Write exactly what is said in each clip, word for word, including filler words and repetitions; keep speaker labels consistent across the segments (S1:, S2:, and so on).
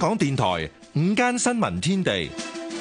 S1: 港電台午間新聞天地，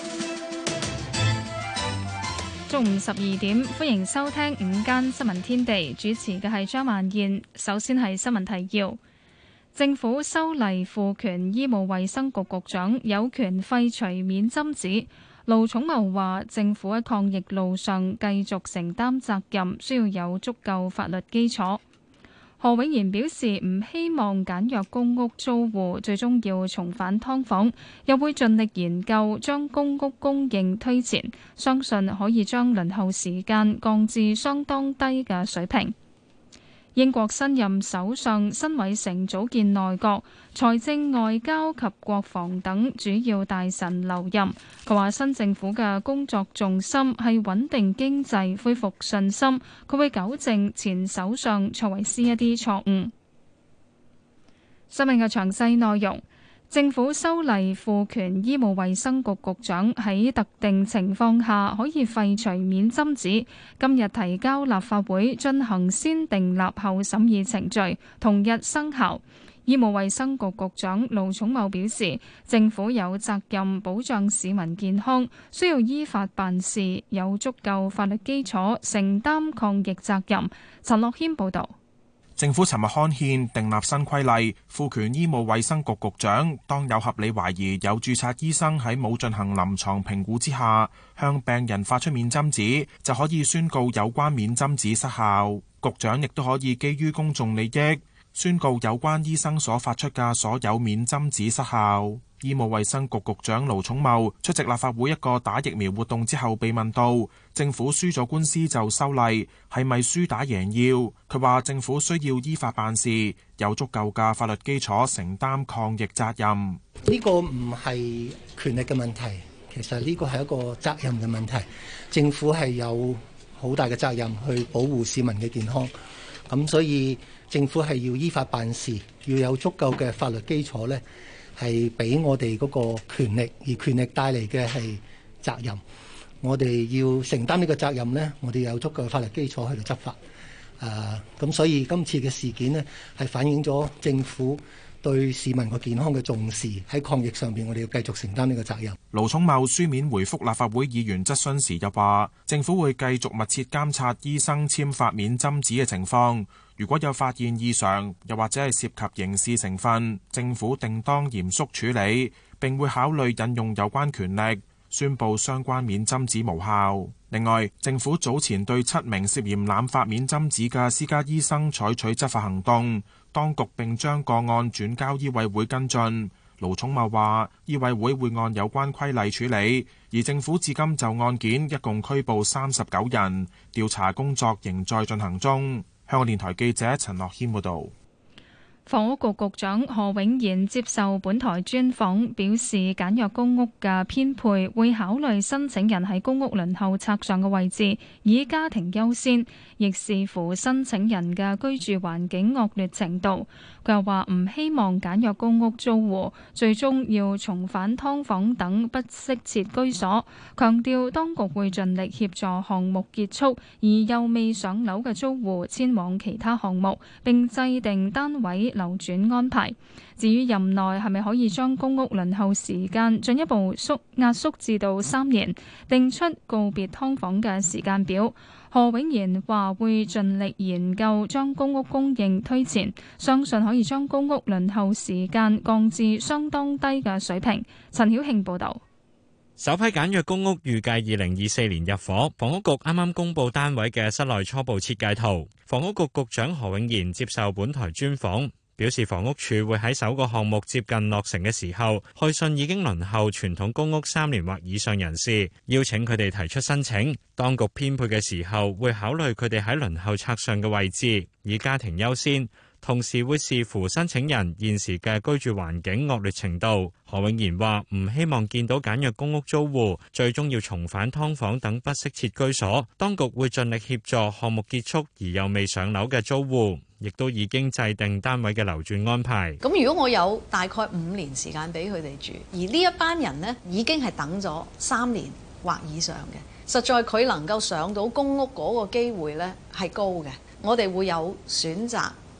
S2: 中午十二點，歡迎收聽午間新聞天地，主持嘅係張曼燕。首先係新聞提要：政府修例賦權醫務衛生局局長有權廢除免針紙。盧寵茂話，政府喺抗疫路上繼續承擔責任，需要有足夠法律基礎。何永賢表示唔希望簡約公屋租戶最終要重返劏房，又會盡力研究將公屋供應推前，相信可以將輪候時間降至相當低嘅水平。英國新任首相辛偉誠組建內閣，財政、外交及國防等主要大臣留任。佢話新政府嘅工作重心係穩定經濟、恢復信心。佢會糾正前首相卓維斯一啲錯誤。新聞嘅詳細內容。政府修例賦權醫務衛生局局長喺特定情況下可以廢除免針紙，今日提交立法會進行先訂立後審議程序，同日生效。醫務衛生局局長盧寵茂表示，政府有責任保障市民健康，需要依法辦事，有足夠法律基礎，承擔抗疫責任。陳樂謙報導。
S3: 政府尋日刊憲訂立新規例，賦權醫務衛生局局長，當有合理懷疑有註冊醫生喺冇進行臨床評估之下，向病人發出免針紙，就可以宣告有關免針紙失效。局長亦都可以基於公眾利益，宣告有關醫生所發出嘅所有免針紙失效。醫務衛生局局長盧寵茂出席立法會一個打疫苗活動之後，被問到政府輸咗官司就修例，係咪輸打贏要？佢話政府需要依法辦事，有足夠嘅法律基礎承擔抗疫責任。
S4: 呢個唔係權力嘅問題，其實呢個係一個責任嘅問題。政府係有好大嘅責任去保護市民嘅健康，咁所以政府係要依法辦事，要有足夠嘅法律基礎呢，係俾我哋嗰個權力，而權力帶嚟嘅係責任。我哋要承擔呢個責任呢，我哋有足夠嘅法律基礎去到執法。誒、啊，咁所以今次嘅事件呢，係反映咗政府對市民個健康嘅重視。喺抗疫上邊，我哋要繼續承擔呢個責任。
S3: 盧寵茂書面回覆立法會議員質詢時又話，政府會繼續密切監察醫生簽發免針紙嘅情況。如果有發現異常，又或者係涉及刑事成分，政府定當嚴肅處理，並會考慮引用有關權力，宣布相關免針紙無效。另外，政府早前對七名涉嫌濫發免針紙嘅私家醫生採取執法行動，當局並將個案轉交醫委會跟進。盧寵茂話，醫委會會按有關規例處理，而政府至今就案件一共拘捕三十九人，調查工作仍在進行中。香港電台記者陳樂謙報道。
S2: 房屋局局長何永賢接受本台專訪，表示簡約公屋嘅編配會考慮申請人喺公屋輪候冊上嘅位置，以家庭優先，亦視乎申請人嘅居住環境惡劣程度。佢又話唔希望簡約公屋租戶最終要重返劏房等不適切居所，強調當局會盡力協助項目結束而又未上樓嘅租戶遷往其他項目，並制定單位流轉安排。至於任內係咪可以將公屋輪候時間進一步縮壓縮至到三年，定出告別劏房嘅時間表，何永賢話會盡力研究將公屋供應推前，相信可以將公屋輪候時間降至相當低嘅水平。陳曉慶報導。
S5: 首批簡約公屋預計二零二四年入伙，房屋局啱啱公布單位嘅室內初步設計圖。房屋局局長何永賢接受本台專訪，表示房屋署會喺首個項目接近落成嘅時候，去信已經輪候傳統公屋三年或以上人士，邀請佢哋提出申請。當局編配嘅時候會考慮佢哋喺輪候冊上嘅位置，以家庭優先，同時會視乎申請人現時嘅居住環境惡劣程度。何永賢話唔希望見到簡約公屋租戶最終要重返劏房等不適切居所，當局會盡力協助項目結束而又未上樓嘅租戶，亦都已經制定單位嘅流轉安排。
S6: 咁如果我有大概五年時間俾佢哋住，而呢一班人呢已經係等咗三年或以上嘅，實在佢能夠上到公屋嗰個機會呢係高嘅。我哋會有選擇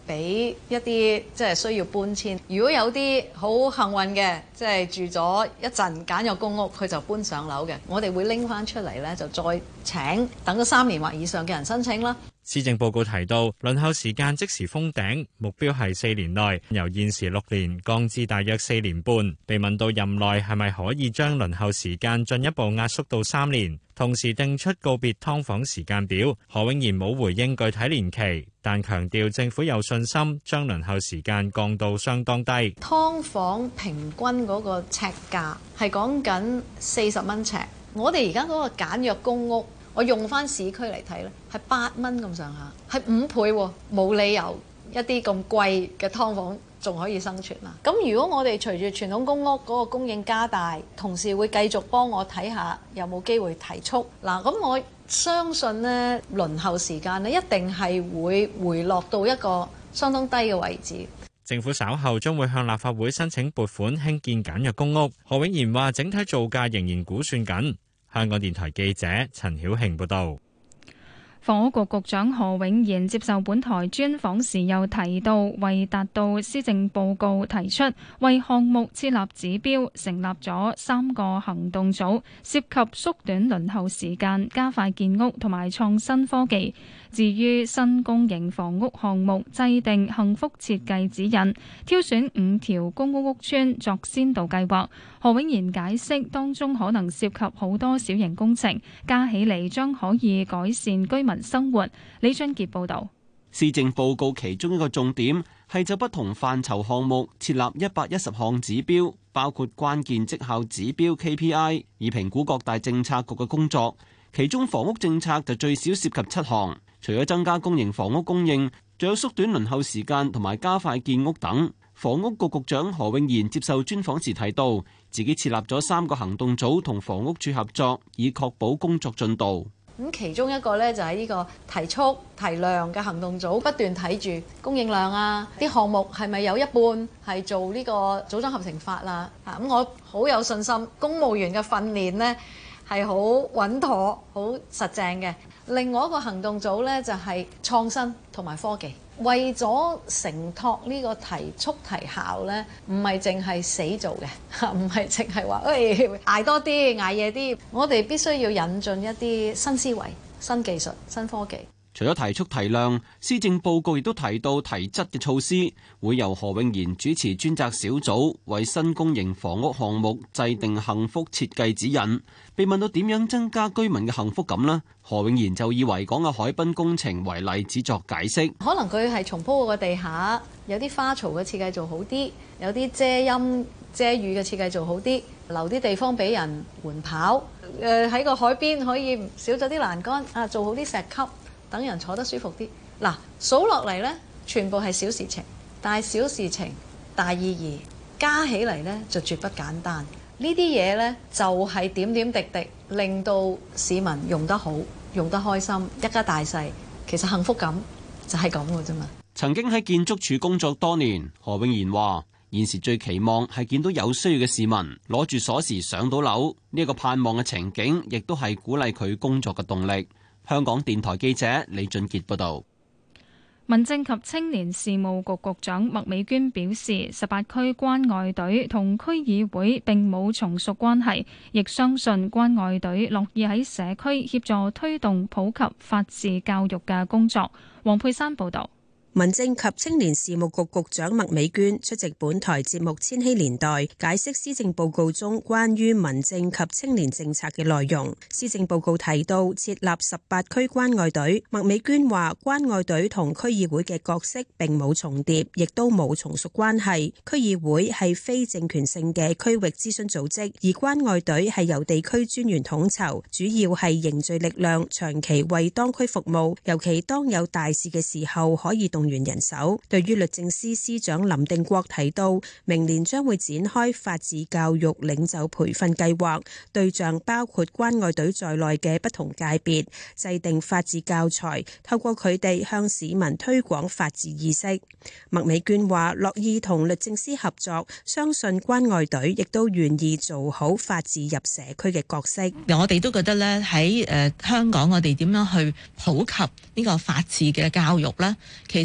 S6: 俾一啲即係需要搬遷。如果有啲好幸運嘅，即係住咗一陣簡約公屋，佢就搬上樓嘅，我哋會拎翻出嚟咧，就再請等咗三年或以上嘅人申請啦。
S5: 施政報告提到，輪候時間即時封頂，目標係四年內由現時六年降至大約四年半。被問到任內係咪可以將輪候時間進一步壓縮到三年，同時定出告別劏房時間表，何永賢冇回應具體年期，但強調政府有信心將輪候時間降到相當低。
S6: 劏房平均嗰個尺價係講緊四十蚊尺，我哋而家嗰個簡約公屋，我用翻市區嚟睇咧，係八蚊咁上下，係五倍喎，冇理由一啲咁貴嘅劏房仲可以生存啦。咁如果我哋隨住傳統公屋嗰個供應加大，同時會繼續幫我睇下有冇機會提速嗱，咁我相信呢輪候時間呢一定係會回落到一個相當低嘅位置。
S5: 政府稍後將會向立法會申請撥款興建簡約公屋。何永賢話：整體造價仍然估算緊。香港電台記者陳曉慶報道。
S2: 房屋局局長何永賢接受本台專訪時又提到，為達到施政報告提出為項目設立指標，成立咗三個行動組，涉及縮短輪候時間、加快建屋同埋創新科技。至於新公營房屋項目，制定幸福設計指引，挑選五條公屋屋邨作先導計劃。何永賢解釋，當中可能涉及好多小型工程，加起嚟將可以改善居民生活。李俊傑報導。
S7: 施政報告其中一個重點係就不同範疇項目設立一百一十項指標，包括關鍵績效指標 K P I， 以評估各大政策局嘅工作。其中房屋政策就最少涉及七項，除咗增加公營房屋供應，仲有縮短輪候時間同埋加快建屋等。房屋局局長何永賢接受專訪時提到，自己設立咗三個行動組同房屋處合作，以確保工作進度。
S6: 咁其中一個呢，就係呢個提速提量嘅行動組，不斷睇住供應量啊，啲項目係咪有一半係做呢個組裝合成法啦？啊，咁我好有信心，公務員嘅訓練呢係好穩妥、好實正嘅。另外一個行動組呢，就係創新同埋科技，為咗承托呢個提速提效呢，唔係淨係死做嘅，唔係淨係話誒捱多啲、捱夜啲，我哋必須要引進一啲新思維、新技術、新科技。
S7: 除咗提速提量，施政報告亦都提到提質嘅措施，會由何永賢主持專責小組，為新公營房屋項目制定幸福設計指引。被問到點樣增加居民嘅幸福感呢，何永賢就以維港嘅海濱工程為例子作解釋。
S6: 可能佢係重鋪個地下，有啲花槽嘅設計做好啲，有啲遮陰遮雨嘅設計做好啲，留啲地方俾人緩跑。誒喺個海邊可以少咗啲欄杆啊，做好啲石級。等人坐得舒服啲。嗱，數落嚟呢，全部係小事情，但係小事情大意義，加起嚟呢就絕不簡單。呢啲嘢呢，就係點點滴滴令到市民用得好，用得開心，一家大細其實幸福感就係咁嘅啫嘛。
S7: 曾經喺建築署工作多年，何永賢話：現時最期望係見到有需要嘅市民攞住鎖匙上到樓，呢個盼望嘅情景，亦都係鼓勵佢工作嘅動力。香港電台記者李俊傑報道。
S2: 民政及青年事務局局長麥美娟表示，十八區關愛隊同區議會並冇從屬關係，亦相信關愛隊樂意喺社區協助推動普及法治教育嘅工作。黃佩珊報道。
S8: 民政及青年事務局局長麥美娟出席本台節目《千禧年代》，解釋施政報告中關於民政及青年政策嘅內容。施政報告提到設立十八區關愛隊，麥美娟話關愛隊同區議會嘅角色並冇重疊，亦都冇從屬關係。區議會係非政權性嘅區域諮詢組織，而關愛隊係由地區專員統籌，主要係凝聚力量，長期為當區服務，尤其當有大事嘅時候可以動員人手。對於律政司司長林定國提到，明年將會展開法治教育領袖培訓計劃，對象包括關愛隊在內嘅不同界別，制定法治教材，透過佢哋向市民推廣法治意識。麥美娟話樂意同律政司合作，相信關愛隊亦都願意做好法治入社區嘅角色。
S9: 我哋都覺得咧喺誒香港，我哋點樣去普及呢個法治嘅教育呢？其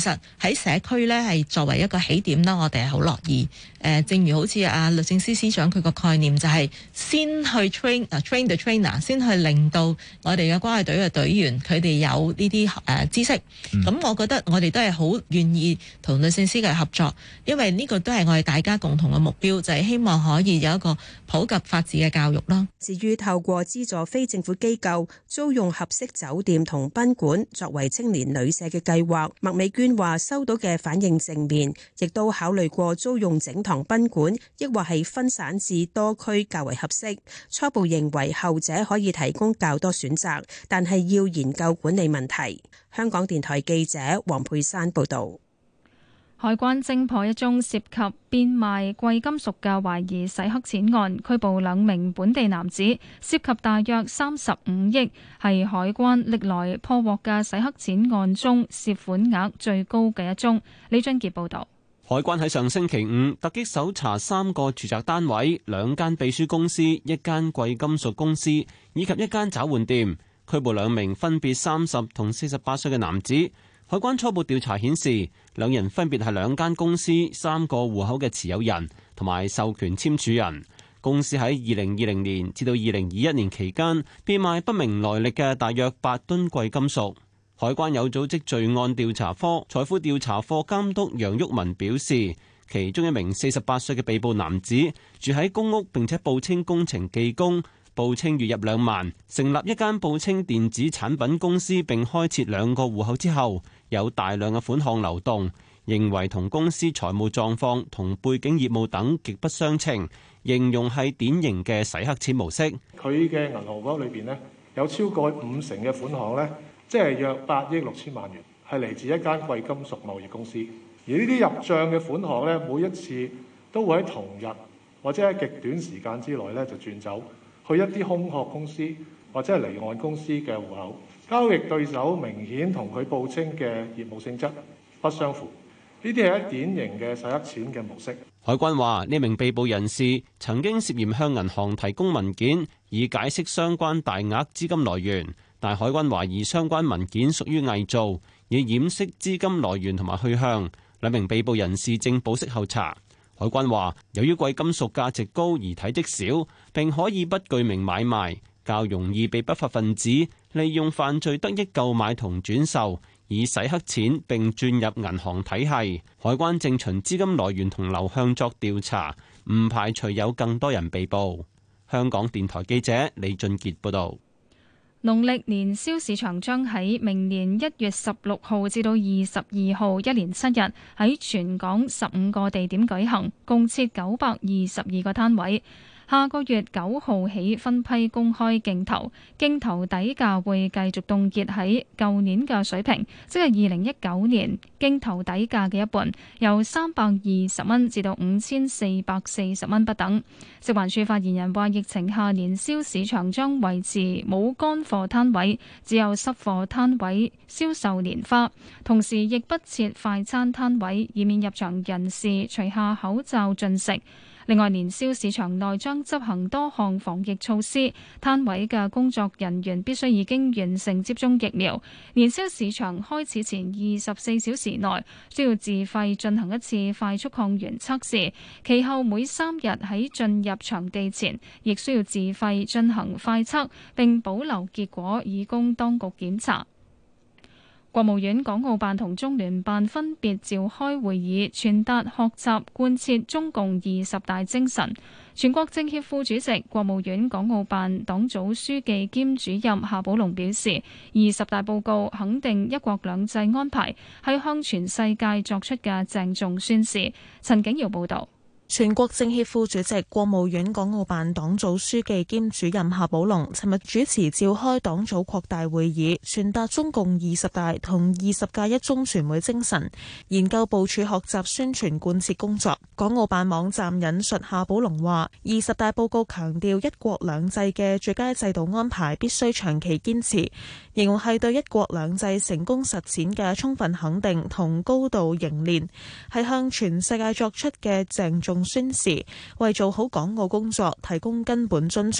S9: 實喺社區呢係作為一個起點啦，我哋係好樂意。誒，正如好似阿律政司司長佢個概念就係先去 train 啊 train the trainer， 先去令到我哋嘅關愛隊嘅隊員佢哋有呢啲誒知識。咁、嗯、我覺得我哋都係好願意同律政司嘅合作，因為呢個都係我哋大家共同嘅目標，就係、是、希望可以有一個普及法治嘅教育啦。
S8: 至於透過資助非政府機構租用合適酒店同賓館作為青年旅舍嘅計劃，麥美娟話收到嘅反應正面，亦都考慮過租用整堂賓館，抑或係分散至多區較為合適。初步認為後者可以提供較多選擇，但係要研究管理問題。香港電台記者黃佩珊報導。
S2: 海關偵破一宗涉及變賣貴金屬嘅懷疑洗黑錢案，拘捕兩名本地男子，涉及大約三十五億，係海關歷來破獲嘅洗黑錢案中涉款額最高嘅一宗。李俊傑報導。
S7: 海關喺上星期五突擊搜查三個住宅單位、兩間秘書公司、一間貴金屬公司以及一間找換店，拘捕兩名分別三十同四十八歲嘅男子。海關初步調查顯示，兩人分別係兩間公司三個戶口嘅持有人同埋授權簽署人。公司喺二零二零年至到二零二一年期間變賣不明來歷嘅大約八噸貴金屬。海關有組織罪案調查科財富調查課監督楊旭文表示，其中一名四十八歲嘅被捕男子住喺公屋，並且報稱工程技工，報稱月入兩萬，成立一間報稱電子產品公司，並開設兩個戶口之後，有大量嘅款項流動，認為同公司財務狀況同背景業務等極不相稱，形容係典型嘅洗黑錢模式。
S10: 佢嘅銀行戶口裏邊呢，有超過五成嘅款項呢，即係約八億六千萬元，係嚟自一間貴金屬貿易公司。而呢啲入帳嘅款項呢，每一次都會喺同日或者喺極短時間之內呢就轉走去一啲空殼公司或者係離岸公司嘅戶口。交易對手明顯同佢報稱嘅業務性質不相符，呢啲係一典型嘅洗黑錢嘅模式。
S7: 海關話，呢名被捕人士曾經涉嫌向銀行提供文件，以解釋相關大額資金來源，但海關懷疑相關文件屬於偽造，以掩飾資金來源同埋去向。兩名被捕人士正保釋候查。海關話，由於貴金屬價值高而體積小，並可以不具名買賣，較容易被不法分子利用犯罪得益購買同轉售，以洗黑錢並轉入銀行體系。海關正循資金來源同流向作調查，唔排除有更多人被捕。香港電台記者李俊傑報導。
S2: 農曆年宵市場將喺明年一月十六號至到二十二號一連七日喺全港十五個地點舉行，共設九百二十二個攤位。下個月九號起分批公開競投，競投底價會繼續凍結喺舊年嘅水平，即係二零一九年競投底價嘅一半，由三百二十蚊至到五千四百四十蚊不等。食環署發言人話，疫情下年宵市場將維持冇乾貨攤位，只有濕貨攤位銷售年花，同時亦不設快餐攤位，以免入場人士除下口罩進食。另外，年宵市場內將執行多項防疫措施，攤位嘅工作人員必須已經完成接種疫苗。年宵市場開始前二十四小時內需要自費進行一次快速抗原測試，其後每三日喺進入場地前亦需要自費進行快測，並保留結果以供當局檢查。國務院港澳辦同中聯辦分別召開會議，傳達學習貫徹中共二十大精神。全國政協副主席、國務院港澳辦黨組書記兼主任夏寶龍表示，二十大報告肯定一國兩制安排係向全世界作出嘅鄭重宣示。陳景堯報道。
S11: 全國政協副主席、國務院港澳辦黨組書記兼主任夏寶龍尋日主持召開黨組擴大會議，傳達中共二十大同二十屆一中全會精神，研究部署學習宣傳貫徹工作。港澳辦網站引述夏寶龍話：二十大報告強調一國兩制嘅最佳制度安排必須長期堅持，形容係對一國兩制成功實踐嘅充分肯定同高度凝練，係向全世界作出嘅鄭重宣示，為做好港澳工作提供根本遵循。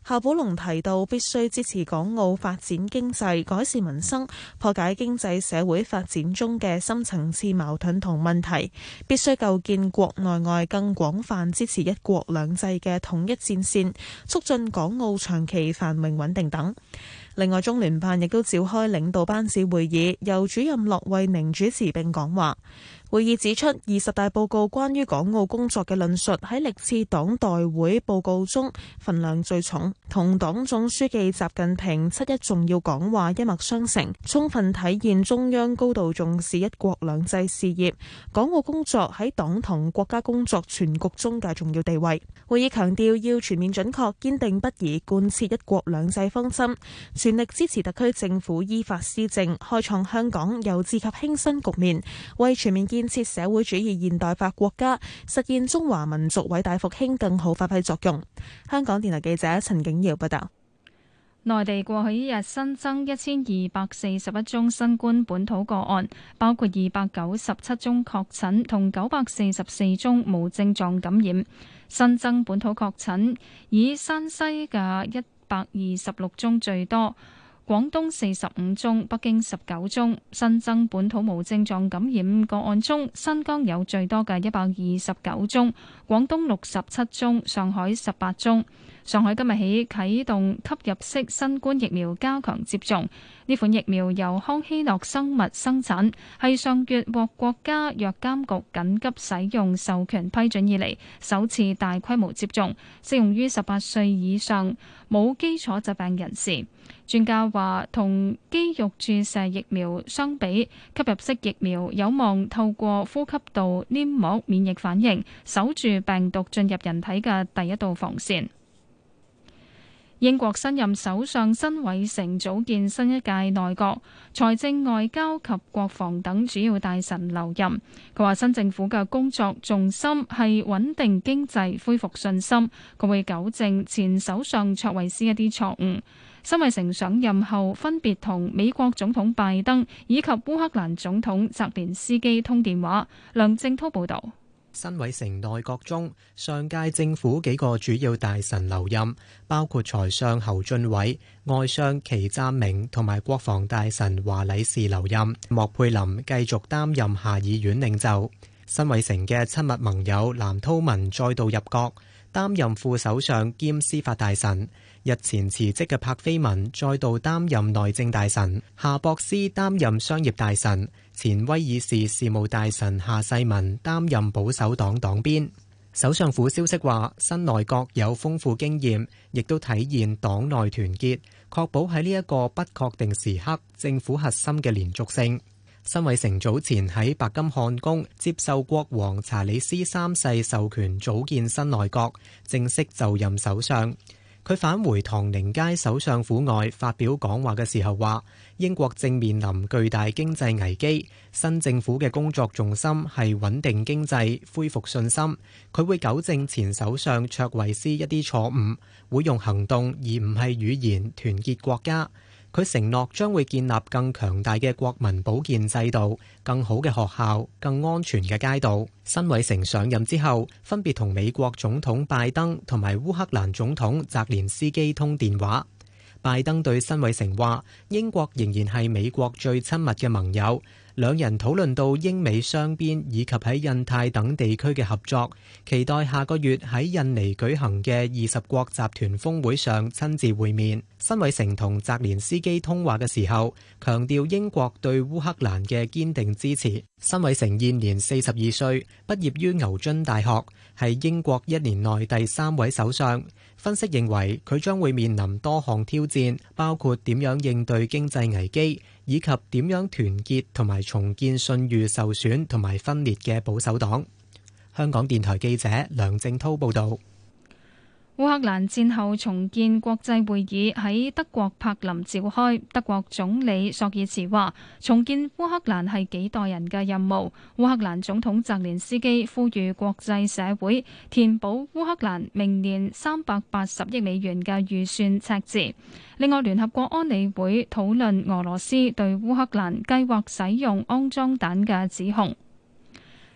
S11: 夏寶龍提到，必須支持港澳發展經濟、改善民生，破解經濟社會發展中嘅深層次矛盾同問題，必須構建國內外更廣泛支持一國兩制嘅統一戰線，促進港澳長期繁榮穩定等。另外，中聯辦亦都召開領導班子會議，由主任駱惠寧主持並講話。會議指出，二十大報告關於港澳工作嘅論述喺歷次黨代會報告中份量最重，同黨總書記習近平七一重要講話一脈相承，充分體現中央高度重視一國兩制事業、港澳工作喺黨同國家工作全局中嘅重要地位。會議強調要全面準確、堅定不移貫徹一國兩制方針，全力支持特區政府依法施政，開創香港由治及興新局面，為全面建設社會主義現代化國家、實現中華民族偉大復興更好發揮作用。香港電台記者陳景瑤報道。
S2: 內地過去一日新增一千二百四十一宗新冠本土個案，包括二百九十七宗確診同九百四十四宗無症狀感染。新增本土確診以山西嘅一百二十六宗最多，廣東四十五宗，北京十九宗。新增本土無症狀感染個案中，新疆有最多嘅一百二十九宗，廣東六十七宗，上海十八宗。上海今日起啟動吸入式新冠疫苗加強接種，呢款疫苗由康希諾生物生產，係上月獲國家藥監局緊急使用授權批准以嚟首次大規模接種，適用於十八歲以上冇基礎疾病人士。專家話，同肌肉注射疫苗相比，吸入式疫苗有望透過呼吸道黏膜免疫反應，守住病毒進入人體嘅第一道防線。英國新任首相辛偉誠組建新一屆內閣，財政、外交及國防等主要大臣留任。佢話新政府嘅工作重心係穩定經濟、恢復信心，佢會糾正前首相卓慧思一啲錯誤。辛偉誠上任後分別同美國總統拜登以及烏克蘭總統澤連斯基通電話。梁正滔報導。
S12: 辛偉誠內閣中，上屆政府幾個主要大臣留任，包括財相侯俊偉、外相祁湛明同埋國防大臣華禮士留任。莫佩林繼續擔任下議院領袖。辛偉誠嘅親密盟友藍韜文再度入閣，擔任副首相兼司法大臣。日前辭職嘅柏菲文再度擔任內政大臣，夏博斯擔任商業大臣，前威爾士事務大臣夏世文擔任保守黨黨鞭。首相府消息話，新內閣有豐富經驗，亦都體現黨內團結，確保喺呢一個不確定時刻政府核心嘅連續性。辛偉誠早前喺白金漢宮接受國王查理斯三世授權組建新內閣，正式就任首相。佢返回唐寧街首相府外發表講話嘅時候話，英國正面臨巨大經濟危機，新政府嘅工作重心係穩定經濟、恢復信心。佢會糾正前首相卓慧思一啲錯誤，會用行動而唔係語言團結國家。佢承諾將會建立更強大嘅國民保健制度、更好嘅學校、更安全嘅街道。辛偉誠上任之後，分別同美國總統拜登同埋烏克蘭總統澤連斯基通電話。拜登對辛偉誠話：英國仍然係美國最親密嘅盟友。兩人討論到英美雙邊以及喺印太等地區嘅合作，期待下個月喺印尼舉行嘅二十國集團峰會上親自會面。辛偉誠同澤連斯基通話嘅時候，強調英國對烏克蘭嘅堅定支持。辛偉誠現年四十二歲，畢業於牛津大學，係英國一年內第三位首相。分析認為佢將會面臨多項挑戰，包括點樣應對經濟危機，以及點樣團結同埋重建信譽受損同埋分裂嘅保守黨。香港電台記者梁正滔報導。
S2: 烏克蘭戰後重建國際會議喺德國柏林召開，德國總理朔爾茨話：重建烏克蘭係幾代人嘅任務。烏克蘭總統澤連斯基呼籲國際社會填補烏克蘭明年三百八十億美元嘅預算赤字。另外，聯合國安理會討論俄羅斯對烏克蘭計劃使用骯髒彈嘅指控。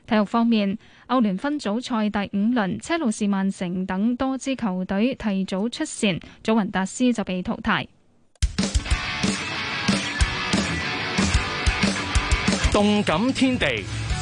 S2: 體育方面，歐聯分組賽第五輪，車路士、曼城等多支球隊提早出線，祖雲達斯就被淘汰。
S1: 動感天地，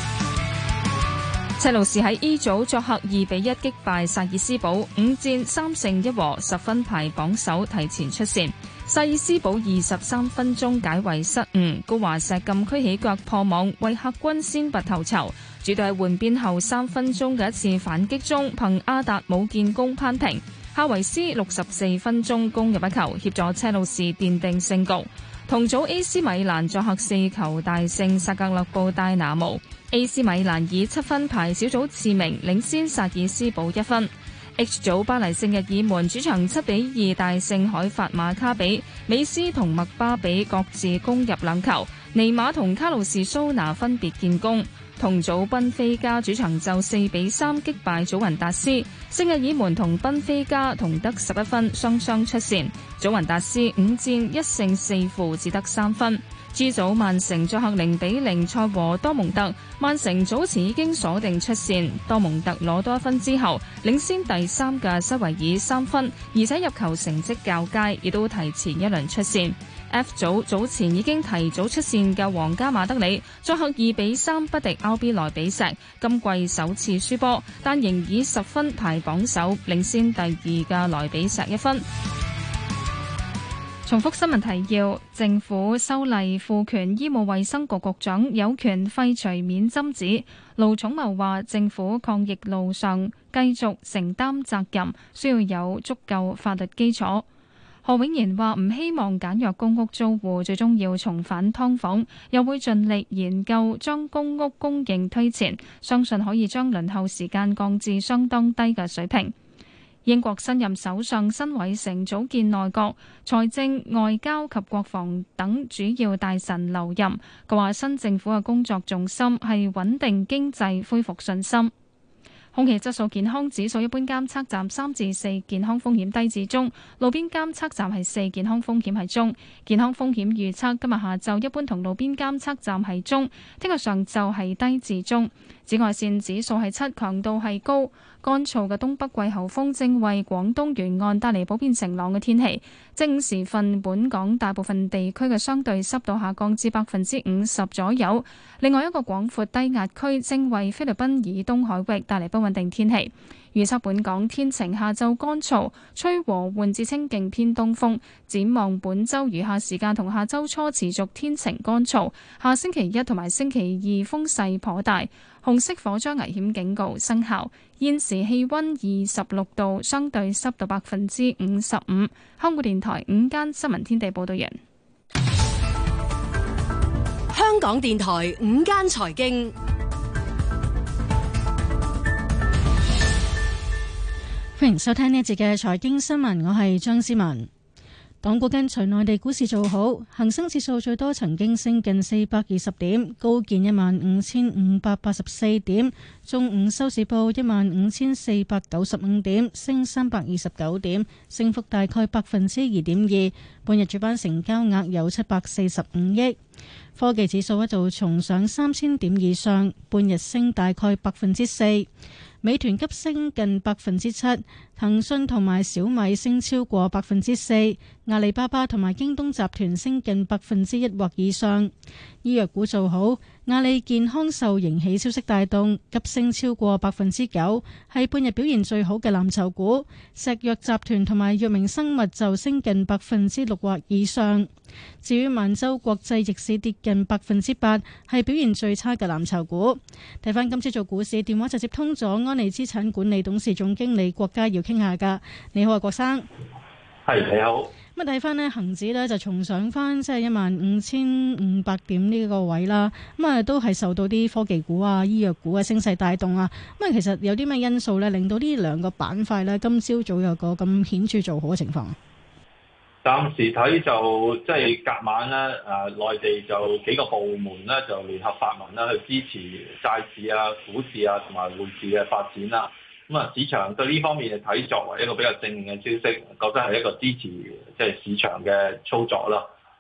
S2: 車路士喺 E 組作客二比一擊敗薩爾斯堡，五戰三勝一和，十分排榜首，提前出線。薩爾斯堡二十三分鐘解圍失誤，高華石禁區起腳破網，為客軍先拔頭籌。主隊喺換邊後三分鐘嘅一次反擊中，憑阿達姆建功扳平。夏維斯六十四分鐘攻入一球，協助車路士奠定勝局。同組 A C 米蘭作客四球大勝薩格勒布戴拿模 ，A C 米蘭以七分排小組次名，領先薩爾斯堡一分。H 組巴黎聖日耳門主場七比二大勝海法馬卡比，美斯同麥巴比各自攻入兩球，尼馬同卡路士蘇拿分別建功。同組賓菲加主場就四比三擊敗祖雲達斯，聖日耳門同賓菲加同得十一分，雙雙出線。祖雲達斯五戰一勝四負，只得三分。G 組曼城作客零比零賽和多蒙特，曼城早前已經鎖定出線，多蒙特攞多一分之後，領先第三嘅西維爾三分，而且入球成績較佳，亦都提前一輪出線。F 組早前已經提早出線嘅皇家馬德里，作客二比三不敵 R B 萊比錫，今季首次輸波，但仍以十分排榜首，領先第二嘅萊比錫一分。重複新聞提要：政府修例賦權醫務衛生局局長有權廢除免針紙。盧寵茂話：政府抗疫路上繼續承擔責任，需要有足夠法律基礎。何永賢話：唔希望簡約公屋租戶最終要重返劏房，又會盡力研究將公屋供應推前，相信可以將輪候時間降至相當低嘅水平。英國新任首相辛偉誠組建內閣，財政、外交及國防等主要大臣留任。佢話新政府嘅工作重心係穩定經濟、恢復信心。空氣質素健康指數一般監測站三至四，健康風險低至中；路邊監測站係四，健康風險係中。健康風險預測今日下晝一般同路邊監測站係中，聽日上晝係低至中。紫外線指數係七，強度係高。乾燥嘅東北季候風正為廣東沿岸帶嚟普遍晴朗嘅天氣。正午時分，本港大部分地區嘅相對濕度下降至百分之五十左右。另外一個廣闊低壓區正為菲律賓以東海域帶嚟不穩定天氣。預測本港天晴，下晝乾燥，吹和緩至清勁偏東風。展望本週餘下時間同下週初持續天晴乾燥。下星期一同埋星期二風勢頗大，紅色火災危險警告生效。現時氣溫二十六度，相對濕度百分之五十五。香港電台午間新聞天地報道人。
S13: 香港電台午間財經。
S14: 歡迎收聽呢一節嘅財經新聞，我係張思文。港股跟隨內地股市做好，恒生指數最多曾經升近四百二十點，高見一萬五千五百八十四點。中午收市報一萬五千四百九十五點，升三百二十九點，升幅大概百分之二點二。半日主板成交額有七百四十五億。科技指數一度重上三千點以上，半日升大概百分之四。美團急升近百分之七，騰訊同埋小米升超過百分之四，阿里巴巴同埋京東集團升近百分之一或以上。醫藥股做好，阿里健康受盈喜消息帶動，急升超過百分之九，係半日表現最好嘅藍籌股。石藥集團同埋藥明生物就升近百分之六或以上。至於萬洲國際逆市跌近百分之八，係表現最差嘅藍籌股。睇翻今朝做股市電話就接通咗安利資產管理董事總經理郭家耀傾下噶。你好啊，郭生。
S15: 係，你好。
S14: 咁啊睇翻呢恒指呢就重上翻即係一萬五千五百點呢個位啦。咁啊都係受到啲科技股啊、醫藥股嘅升勢帶動啊。咁啊其實有啲咩因素呢令到呢兩個板塊呢今朝早有個咁顯著做好嘅情況？
S15: 暫時睇就即係隔晚咧，誒、呃、內地就幾個部門咧就聯合發文啦，去支持債市啊、股市啊同埋匯市嘅發展啦。咁啊，市場對呢方面睇作為一個比較正面嘅消息，覺得係一個支持即係市場嘅操作啦。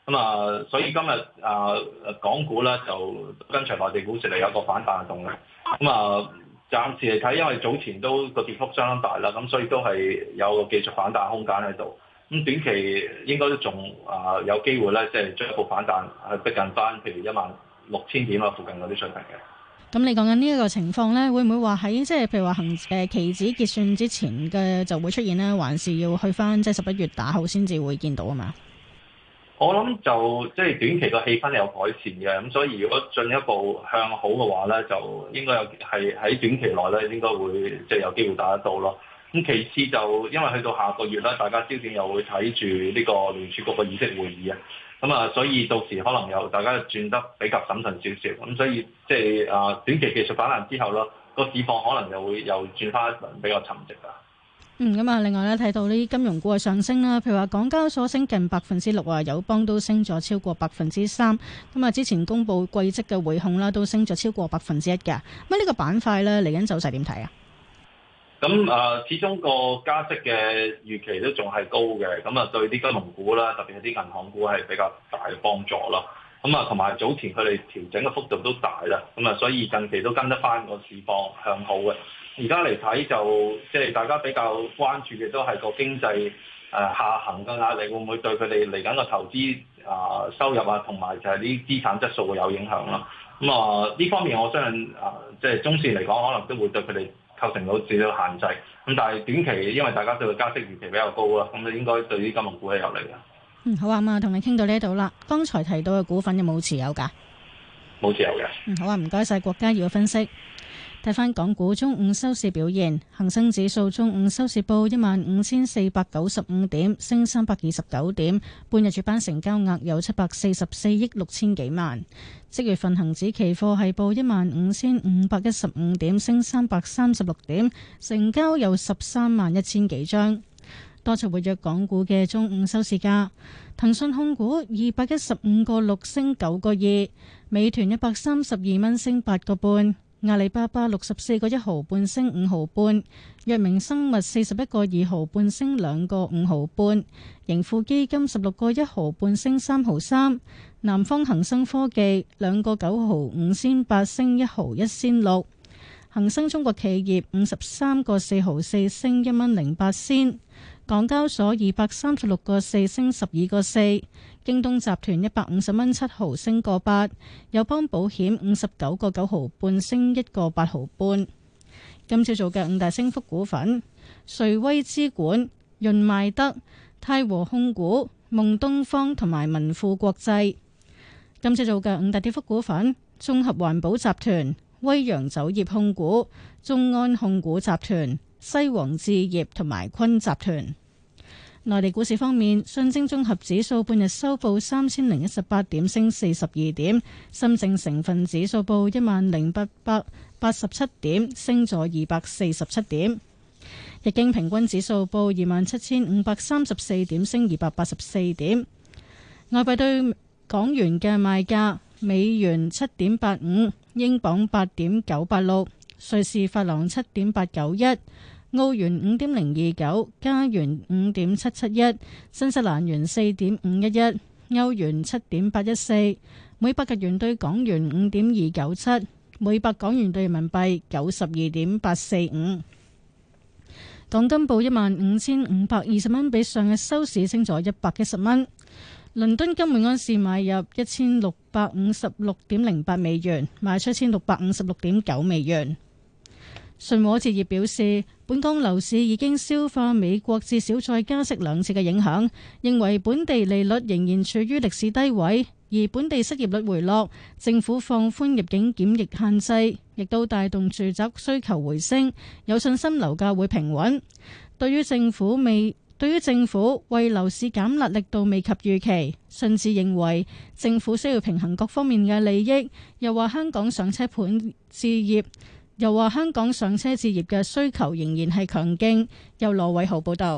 S15: 咁啊，所以今日啊，港股咧就跟隨內地股市嚟有一個反彈嘅動力。咁啊，暫時嚟睇，因為早前都個跌幅相當大啦，咁所以都係有個技術反彈空間喺度。咁短期應該都仲啊有機會咧，即係進一步反彈，係逼近翻譬如一萬六千點啊附近嗰啲水平嘅。
S14: 咁你講緊呢一個情況咧，會唔會話喺即係譬如話恒誒期指結算之前嘅就會出現呢？還是要去翻即係十一月打後先至會見到啊嘛？
S15: 我諗就即係短期個氣氛有改善嘅，咁所以如果進一步向好嘅話咧，就應該有係喺短期內咧應該會即係有機會打得到咯。咁其次就因為去到下個月咧，大家焦點又會睇住呢個聯儲局嘅議息會議啊，咁啊，所以到時可能又大家轉得比較審慎少少，咁所以即係啊短期技術反彈之後咯，個市況可能又會又轉翻一輪比較沉寂啊。
S14: 嗯，咁啊，另外咧睇到呢啲金融股嘅上升啦，譬如話港交所升近百分之六啊，友邦都升咗超過百分之三。咁啊，之前公布季績嘅匯控啦，都升咗超過百分之一嘅。咁呢個板塊咧嚟緊走勢點睇啊？
S15: 咁啊，始終個加息嘅預期都仲係高嘅，咁啊對啲金融股啦，特別係啲銀行股係比較大嘅幫助咯。咁啊，同埋早前佢哋調整嘅幅度都大啦，咁啊，所以近期都跟得翻個市況向好嘅。而家嚟睇就即係大家比較關注嘅都係個經濟誒下行嘅壓力會唔會對佢哋嚟緊個投資啊收入啊，同埋就係啲資產質素會有影響啦。咁啊呢方面我相信啊即係中線嚟講可能都會對佢哋構成到少少限制。咁但係短期因為大家對個加息預期比較高啦，咁應該對啲金融股係有利嘅。
S14: 嗯，好啊，咁啊同你傾到呢度啦。剛才提到嘅股份有冇持有㗎？
S15: 冇持有嘅。
S14: 嗯，好啊，唔該晒郭家耀嘅分析。睇返港股中午收市表現，恒生指數中午收市報一萬五千四百九十五點，升三百二十九點。半日主板成交額有七百四十四億六千幾萬。即月份恒指期貨係報一萬五千五百一十五點，升三百三十六點，成交有十三萬一千幾張。多隻活躍港股嘅中午收市價，騰訊控股二百一十五個六升九個二，美團一百三十二蚊升八個半。阿里巴巴六十四個一毫半升五毫半，藥明生物四十一個二毫半升兩個五毫半，盈富基金十六個一毫半升三毫三，南方恒生科技兩個九毫五仙八升一毫一仙六，恒生中國企業五十三個四毫四升一蚊零八仙，港交所二百三十六個四升十二個四。京東集團一百五十蚊七毫升個八，友邦保險五十九個九毫半升一個八毫半。今朝早嘅五大升幅股份：瑞威資管、潤邁德、泰和控股、夢東方同埋民富國際。今朝早嘅五大跌幅股份：綜合環保集團、威揚酒業控股、中安控股集團、西王置業同埋坤集團。內地股市方面，上證綜合指數半日收報三千零一十八點，升四十二點；深證成分指數報一萬零八百八十七點，升咗二百四十七點；日經平均指數報二萬七千五百三十四點，升二百八十四點。外幣對港元嘅賣價：美元七點八五，英鎊八點九八六，瑞士法郎七點八九一。澳元五點零二九，加元五點七七一，新西蘭元四點五一一，歐元七點八一四，每百日元對港元五點二九七，每百港元對人民幣九十二點八四五。港金報一萬五千五百二十蚊，比上日收市升咗一百一十蚊。倫敦金每安士買入一千六百五十六點零八美元，賣出一千六百五十六點九美元。信和置業表示，本港樓市已經消化美國至少再加息兩次嘅影響，認為本地利率仍然處於歷史低位，而本地失業率回落，政府放寬入境檢疫限制，亦都帶動住宅需求回升，有信心樓價會平穩。對於政府未對於政府為樓市減壓力度未及預期，信置認為政府需要平衡各方面嘅利益，又話香港上車盤置業。又話香港上車置業嘅需求仍然係強勁。由羅偉豪報導。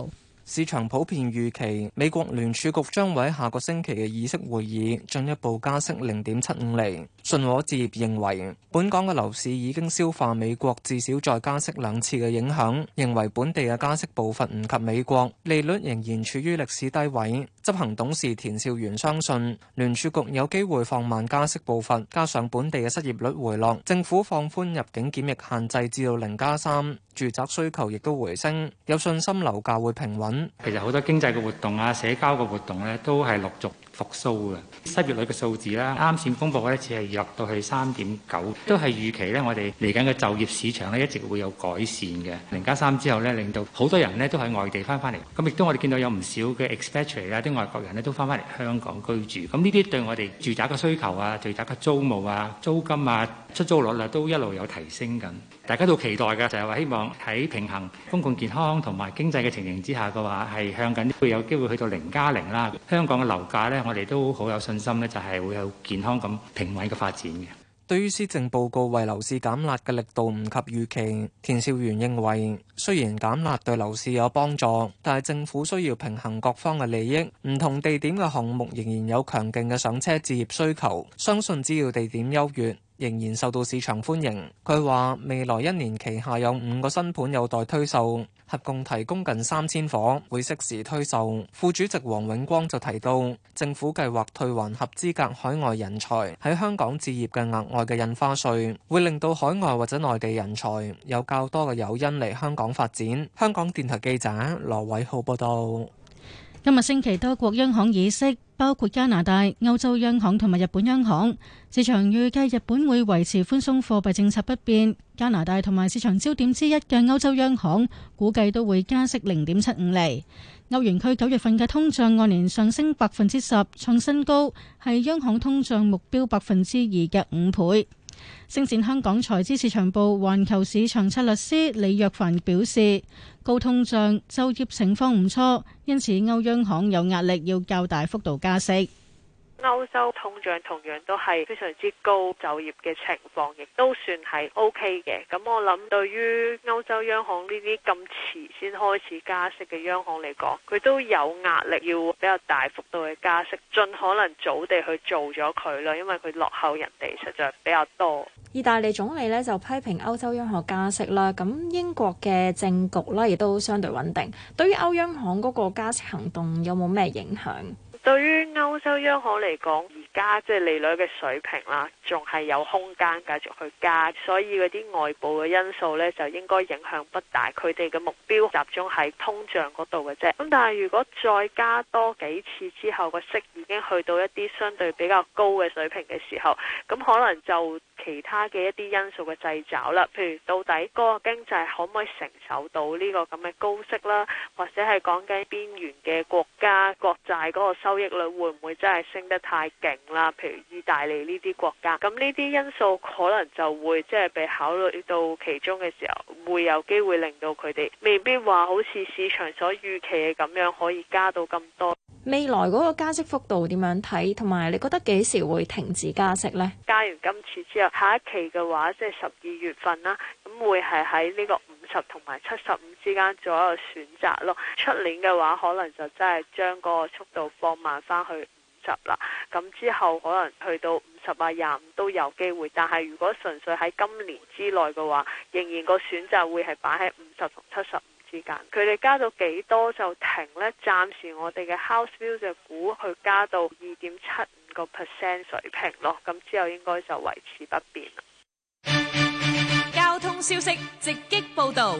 S16: 市場普遍預期美國聯儲局將會喺下個星期嘅議息會議進一步加息零點七五厘。信和置業認為，本港嘅樓市已經消化美國至少再加息兩次嘅影響，認為本地嘅加息步伐唔及美國，利率仍然處於歷史低位。執行董事田兆源相信，聯儲局有機會放慢加息步伐，加上本地嘅失業率回落，政府放寬入境檢疫限制至到零加三，住宅需求亦都回升，有信心樓價會平穩。
S17: 其實好多經濟嘅活動啊、社交嘅活動咧，都係陸續復甦嘅。失業率嘅數字啦，啱先公佈嗰一次係落到去三點九，都係預期咧，我哋嚟緊嘅就業市場咧一直會有改善嘅。零加三之後咧，令到好多人咧都喺外地翻返嚟，咁亦都我哋見到有唔少嘅 expatriate 啊，啲外國人咧都翻返嚟香港居住。咁呢啲對我哋住宅嘅需求啊、住宅嘅租務啊、租金啊、出租率啊，都一路有提升緊。大家都期待嘅就係話希望喺平衡公共健康同埋經濟嘅情形之下嘅話，係向緊會有機會去到零加零啦。香港嘅樓價呢，我哋都好有信心呢，就係會有健康咁平穩嘅發展嘅。
S16: 對於施政報告為樓市減壓嘅力度唔及預期，田兆源認為雖然減壓對樓市有幫助，但係政府需要平衡各方嘅利益。唔同地點嘅項目仍然有強勁嘅上車置業需求，相信只要地點優越，仍然受到市場歡迎。佢話未來一年旗下有五個新盤有待推售，合共提供近三千伙，會適時推售。副主席黃永光就提到，政府計劃退還合資格海外人才喺香港置業嘅額外嘅印花稅，會令到海外或者內地人才有較多嘅誘因嚟香港發展。香港電台記者羅偉浩報道。
S14: 今日星期多國央行議息，包括加拿大、歐洲央行同埋日本央行。市場預計日本會維持寬鬆貨幣政策不變，加拿大同埋市場焦點之一嘅歐洲央行估計都會加息零點七五厘。歐元區九月份嘅通脹按年上升百分之十，創新高，係央行通脹目標百分之二嘅五倍。星展香港財資市場部環球市場策略師李若凡表示，高通脹、就業情況唔錯，因此歐央行有壓力要較大幅度加息。
S18: 歐洲通脹同樣都係非常之高，就業嘅情況亦都算係 OK 嘅。咁我諗對於歐洲央行呢啲咁遲先開始加息嘅央行嚟講，佢都有壓力要比較大幅度嘅加息，盡可能早地去做咗佢啦，因為佢落後人哋實在比較多。
S19: 意大利總理呢就批評歐洲央行加息啦，咁英國嘅政局呢亦都相對穩定。對於歐央行嗰個加息行動有冇咩影響？
S18: 對於歐洲央行嚟講，而家即係利率嘅水平啦，仲係有空間繼續去加，所以嗰啲外部嘅因素呢，就應該影響不大。佢哋嘅目標集中喺通脹嗰度嘅啫。咁但係如果再加多幾次之後，個息已經去到一啲相對比較高嘅水平嘅時候，咁可能就其他嘅一啲因素嘅掣肘啦，譬如到底嗰個經濟可唔可以承受到呢個咁嘅高息啦，或者係講緊邊緣嘅國家國債嗰個收益率會唔會真係升得太勁啦？譬如意大利呢啲國家，咁呢啲因素可能就會即係被考慮到其中嘅時候，會有機會令到佢哋未必話好似市場所預期嘅咁樣可以加到咁多。
S19: 未來嗰個加息幅度點樣睇？同埋你覺得幾時會停止加息呢？
S18: 加完今次之後，下一期嘅話即係十二月份啦，咁會係喺呢個五十同埋七十五之間做一個選擇咯。出年嘅話，可能就真係將個速度放慢翻去五十啦。咁之後可能去到五十啊、廿五都有機會。但係如果純粹喺今年之內嘅話，仍然個選擇會係擺喺五十同七十五之間。佢哋加到幾多就停呢？暫時我哋嘅 house view 就估去加到二點七五個 percent 水平咯。咁之後應該就維持不變啦。
S13: 交通消息直擊報道。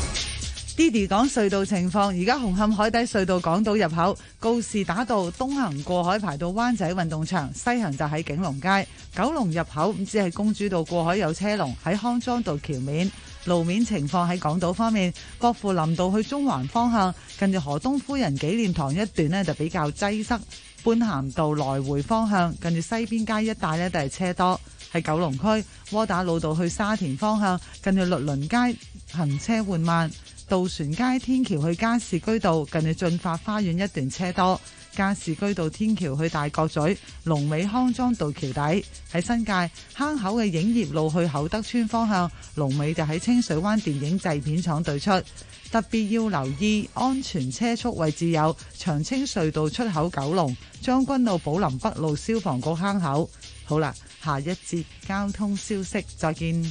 S20: Diddy 講隧道情況，而家紅磡海底隧道港島入口告士打道東行過海排到灣仔運動場，西行就喺景隆街。九龍入口只係公主道過海有車龍，喺康莊道橋面。路面情況喺港島方面，薄扶林道去中環方向近住何東夫人紀念堂一段呢就比較擠塞，般咸道來回方向近住西邊街一帶呢都係車多。喺九龍區窩打老道去沙田方向近住律倫街行車緩慢，渡船街天橋去加士居道近住駿發花園一段車多，加士居道天橋去大角咀龍尾康莊道橋底。喺新界坑口嘅影業路去厚德村方向龍尾就喺清水灣電影製片廠對出。 特別要留意安全車速位置有長青隧道出口九龍、將軍澳寶林北路消防局坑口。好啦，下一節交通消息，再見。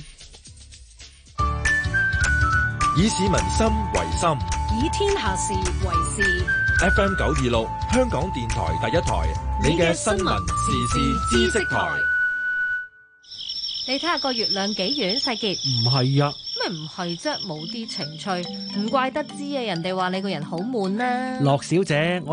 S21: 以市民心為心，
S13: 以天下事為事。
S21: F M 九二六，香港電台第一台，你嘅新聞時事知識台。
S22: 你睇下個月亮幾圓，世傑？
S23: 唔係啊。
S22: 咩唔係啫？冇啲情趣，唔怪得知啊！人哋話你個人好悶啦。
S23: 樂小姐。